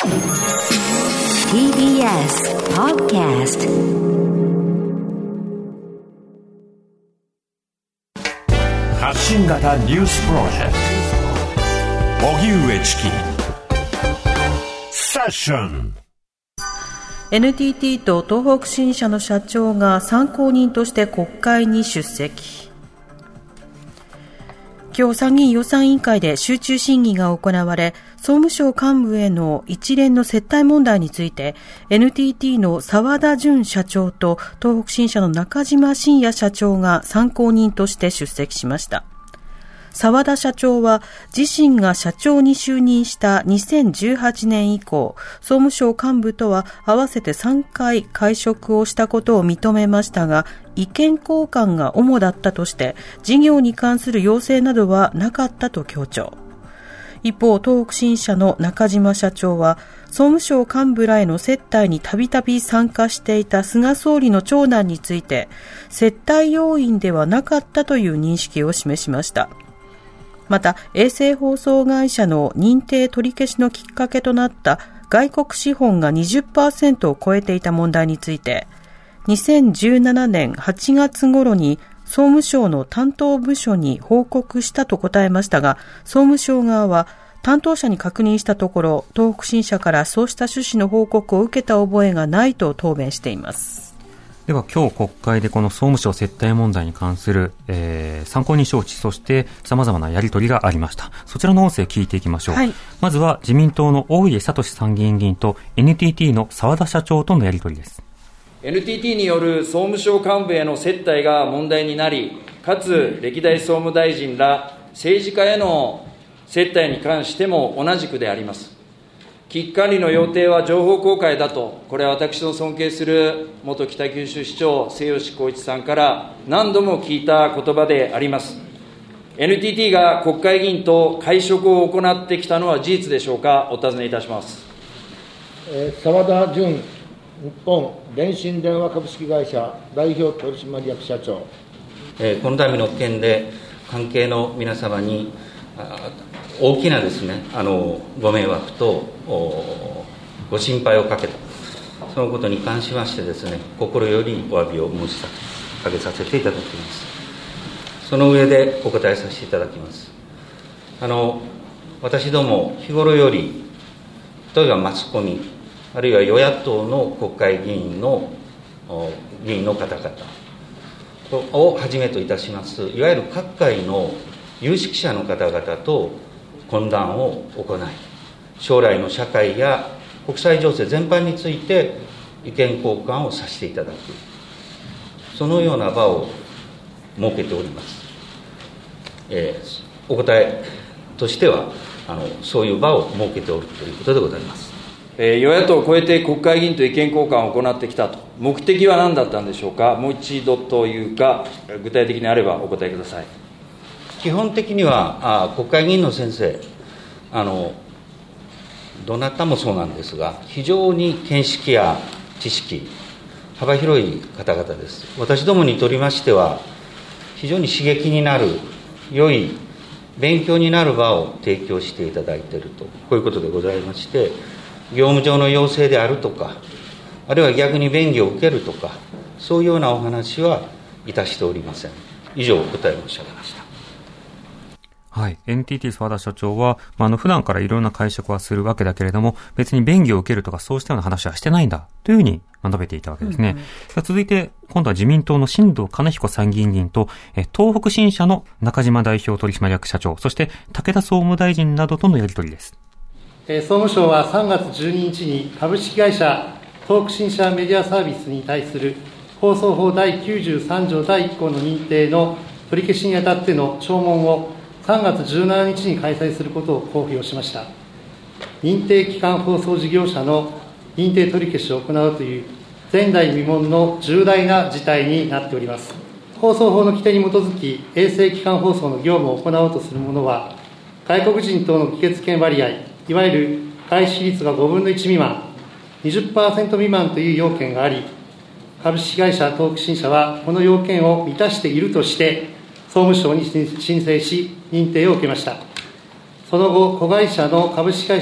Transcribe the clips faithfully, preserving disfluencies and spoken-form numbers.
ティービーエス Podcast。 発信型ニュースプロジェクト荻上チキセッション。 エヌティーティー と東北新社の社長が参考人として国会に出席。今日参議院予算委員会で集中審議が行われ、総務省幹部への一連の接待問題について エヌティーティー の澤田純社長と東北新社の中島信也社長が参考人として出席しました。澤田社長は自身が社長に就任したにせんじゅうはちねん以降、総務省幹部とは合わせてさんかい会食をしたことを認めましたが、意見交換が主だったとして事業に関する要請などはなかったと強調。一方、東北新社の中島社長は総務省幹部らへの接待にたびたび参加していた菅総理の長男について接待要員ではなかったという認識を示しました。また、衛星放送会社の認定取り消しのきっかけとなった外国資本が にじゅっパーセント を超えていた問題について、にせんじゅうななねんはちがつ頃に総務省の担当部署に報告したと答えましたが、総務省側は担当者に確認したところ、東北新社からそうした趣旨の報告を受けた覚えがないと答弁しています。 では今日国会でこの総務省接待問題に関する、えー、参考人招致、そして様々なやり取りがありました。そちらの音声聞いていきましょう。はい、まずは自民党の大家聡参議院議員と エヌティーティー の澤田社長とのやり取りです。 エヌティーティー による総務省幹部への接待が問題になり、かつ歴代総務大臣ら政治家への接待に関しても同じくであります。危機管理の要諦は情報公開だと、これは私の尊敬する元北九州市長末吉光一さんから何度も聞いた言葉であります。 エヌティーティー が国会議員と会食を行ってきたのは事実でしょうか。お尋ねいたします。 澤田純日本電信電話株式会社代表取締役社長。 えー、この度の件で関係の皆様に大きなですね、あのご迷惑とご心配をかけた、そのことに関しましてですね、心よりお詫びを申し上げさせていただきます。その上でお答えさせていただきます。あの私ども日頃より、例えばマスコミ、あるいは与野党の国会議員の議員の方々をはじめといたします、いわゆる各界の有識者の方々と懇談を行い、将来の社会や国際情勢全般について意見交換をさせていただく、そのような場を設けております。えー、お答えとしてはあのそういう場を設けておるということでございます。 えー、与野党を超えて国会議員と意見交換を行ってきたと、目的は何だったんでしょうか。もう一度というか、具体的にあればお答えください。 基本的にはあ国会議員の先生、あのどなたもそうなんですが、非常に見識や知識幅広い方々です。私どもにとりましては非常に刺激になる、良い勉強になる場を提供していただいていると、こういうことでございまして、業務上の要請であるとか、あるいは逆に便宜を受けるとか、そういうようなお話はいたしておりません。以上お答え申し上げました。 はい。エヌティーティー 澤田社長は、まあ、あの、普段からいろんな会食はするわけだけれども、別に便宜を受けるとかそうしたような話はしてないんだ、というふうに述べていたわけですね。うんうん、続いて、今度は自民党の新藤兼彦参議院議員と、え東北新社の中島代表取締役社長、そして武田総務大臣などとのやり取りです。 え総務省はさんがつじゅうににちに株式会社東北新社メディアサービスに対する放送法だいきゅうじゅうさんじょうだいいっ項の認定の取り消しにあたっての聴聞をさんがつじゅうしちにちに開催することを公表しました。認定機関放送事業者の認定取り消しを行うという前代未聞の重大な事態になっております。放送法の規定に基づき衛星機関放送の業務を行おうとする者は、外国人等の議決権割合、いわゆる開始率がごぶんのいち未満、にじゅっパーセント 未満という要件があり、株式会社東北新社はこの要件を満たしているとして総務省に申請し認定を受けました。その後、子会社の株式会社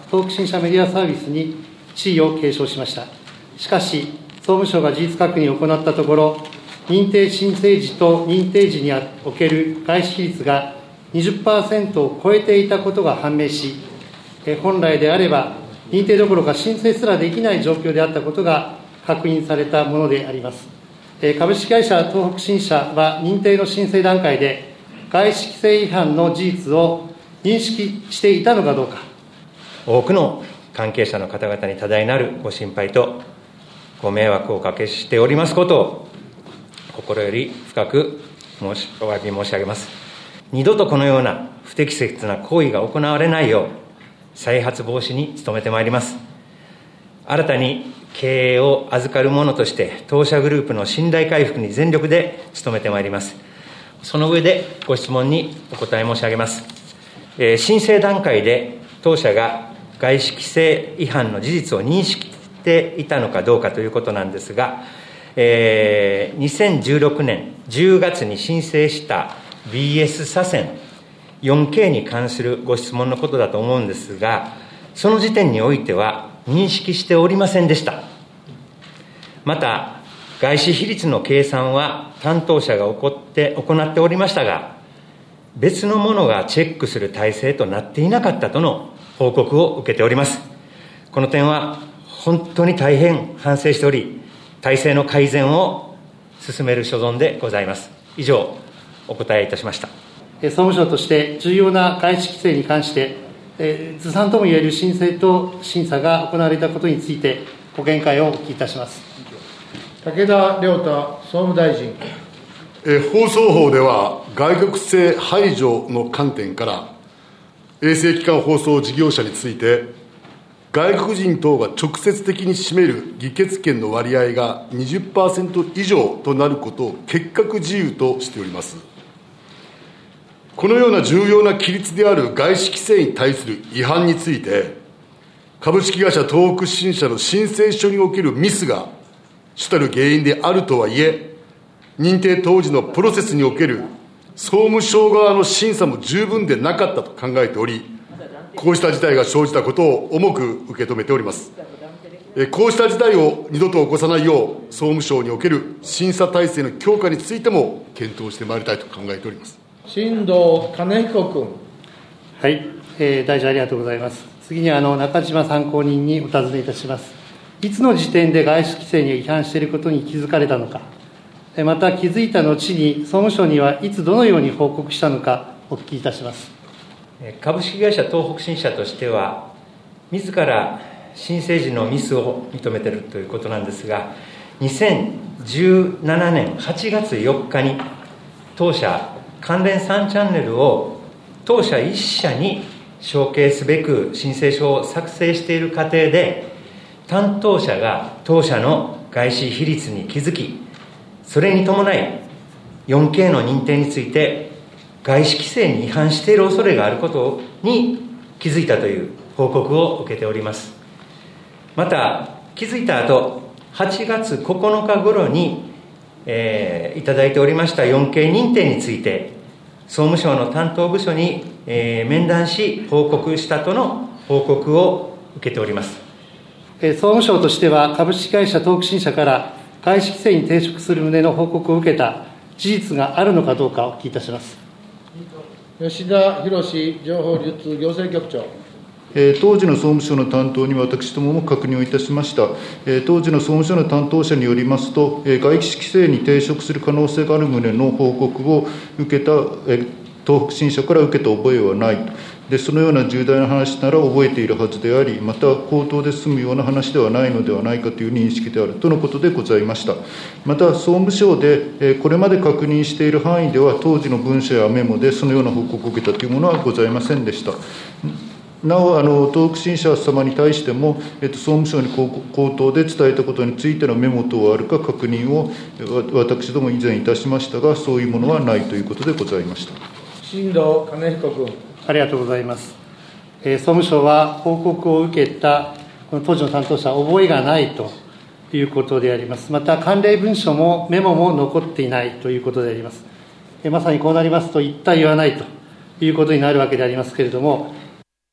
東北新社メディアサービスに地位を継承しました。しかし、総務省が事実確認を行ったところ、認定申請時と認定時における外資比率が にじゅっパーセント を超えていたことが判明し、本来であれば認定どころか申請すらできない状況であったことが確認されたものであります。株式会社東北新社は認定の申請段階で外資規制違反の事実を認識していたのかどうか。 多くの関係者の方々に多大なるご心配とご迷惑をおかけしておりますことを心より深く申しお詫び申し上げます。二度とこのような不適切な行為が行われないよう再発防止に努めてまいります。新たに経営を預かる者として当社グループの信頼回復に全力で努めてまいります。その上でご質問にお答え申し上げます。えー、申請段階で当社が外資規制違反の事実を認識していたのかどうかということなんですが、えー、にせんじゅうろくねんじゅうがつに申請した ビーエス 左遷 よんケー に関するご質問のことだと思うんですが、その時点においては認識しておりませんでした。また、外資比率の計算は担当者が行って行っておりましたが、別の者がチェックする体制となっていなかったとの報告を受けております。この点は本当に大変反省しており、体制の改善を進める所存でございます。以上、お答えいたしました。 総務省として重要な外資規制に関して、えー、ずさんともいえる申請と審査が行われたことについてご見解をお聞きいたします。 武田良太総務大臣。 えー、放送法では外国性排除の観点から衛星機関放送事業者について外国人等が直接的に占める議決権の割合が にじゅっパーセント 以上となることを結核事由としております。このような重要な規律である外資規制に対する違反について、株式会社東北新社の申請書におけるミスが主たる原因であるとはいえ、認定当時のプロセスにおける総務省側の審査も十分でなかったと考えており、こうした事態が生じたことを重く受け止めております。こうした事態を二度と起こさないよう、総務省における審査体制の強化についても検討してまいりたいと考えております。 新藤金彦君。 はい、えー、大臣ありがとうございます。次にあの中島参考人にお尋ねいたします。いつの時点で外資規制に違反していることに気づかれたのか、また気づいた後に総務省にはいつどのように報告したのかお聞きいたします。 株式会社東北新社としては、自ら申請時のミスを認めているということなんですが、にせんじゅうななねんはちがつよっかに当社関連さんチャンネルを当社いっ社に承継すべく申請書を作成している過程で、担当者が当社の外資比率に気づき、それに伴い よんケー の認定について外資規制に違反している恐れがあることに気づいたという報告を受けております。また気づいた後、はちがつここのか頃に、えー、いただいておりました よんケー 認定について総務省の担当部署に、えー、面談し報告したとの報告を受けております。 総務省としては株式会社東北新社から外資規制に抵触する旨の報告を受けた事実があるのかどうかお聞きいたします。 吉田博情報流通行政局長。 当時の総務省の担当に私どもも確認をいたしました。当時の総務省の担当者によりますと、外資規制に抵触する可能性がある旨の報告を受けた東北新社から受けた覚えはないで、そのような重大な話なら覚えているはずであり、また口頭で済むような話ではないのではないかという認識であるとのことでございました。また総務省でこれまで確認している範囲では、当時の文書やメモでそのような報告を受けたというものはございませんでした。なお、あの東北新社様に対しても、えっと、総務省に口頭で伝えたことについてのメモ等あるか確認を私ども以前いたしましたが、そういうものはないということでございました。 新藤金彦君。 ありがとうございます。えー、総務省は報告を受けたこの当時の担当者は覚えがないということであります。また関連文書もメモも残っていないということであります。えー、まさにこうなりますと言った言わないということになるわけでありますけれども、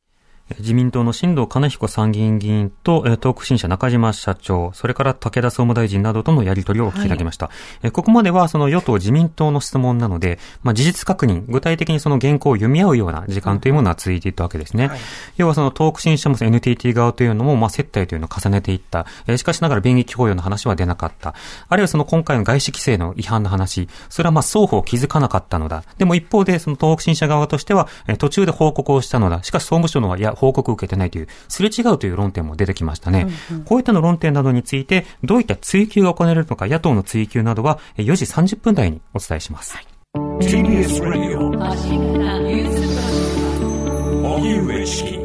自民党の新藤兼彦参議院議員と、東北新社中島社長、それから武田総務大臣などとのやり取りを聞き上げました。はい、ここまではその与党自民党の質問なので、まあ、事実確認、具体的にその原稿を読み合うような時間というものは続いていったわけですね。はい、要はその東北新社も エヌティーティー 側というのも、まあ、接待というのを重ねていった。しかしながら便宜供与の話は出なかった。あるいはその今回の外資規制の違反の話、それはまあ双方気づかなかったのだ。でも一方でその東北新社側としては、途中で報告をしたのだ。しかし総務省のは、いや、報告を受けてないという、すれ違うという論点も出てきましたね。うんうん、こういったの論点などについて、どういった追及が行われるのか、野党の追及などはよじさんじゅっぷん台にお伝えします。はい、ティービーエス Radio 荻上チキ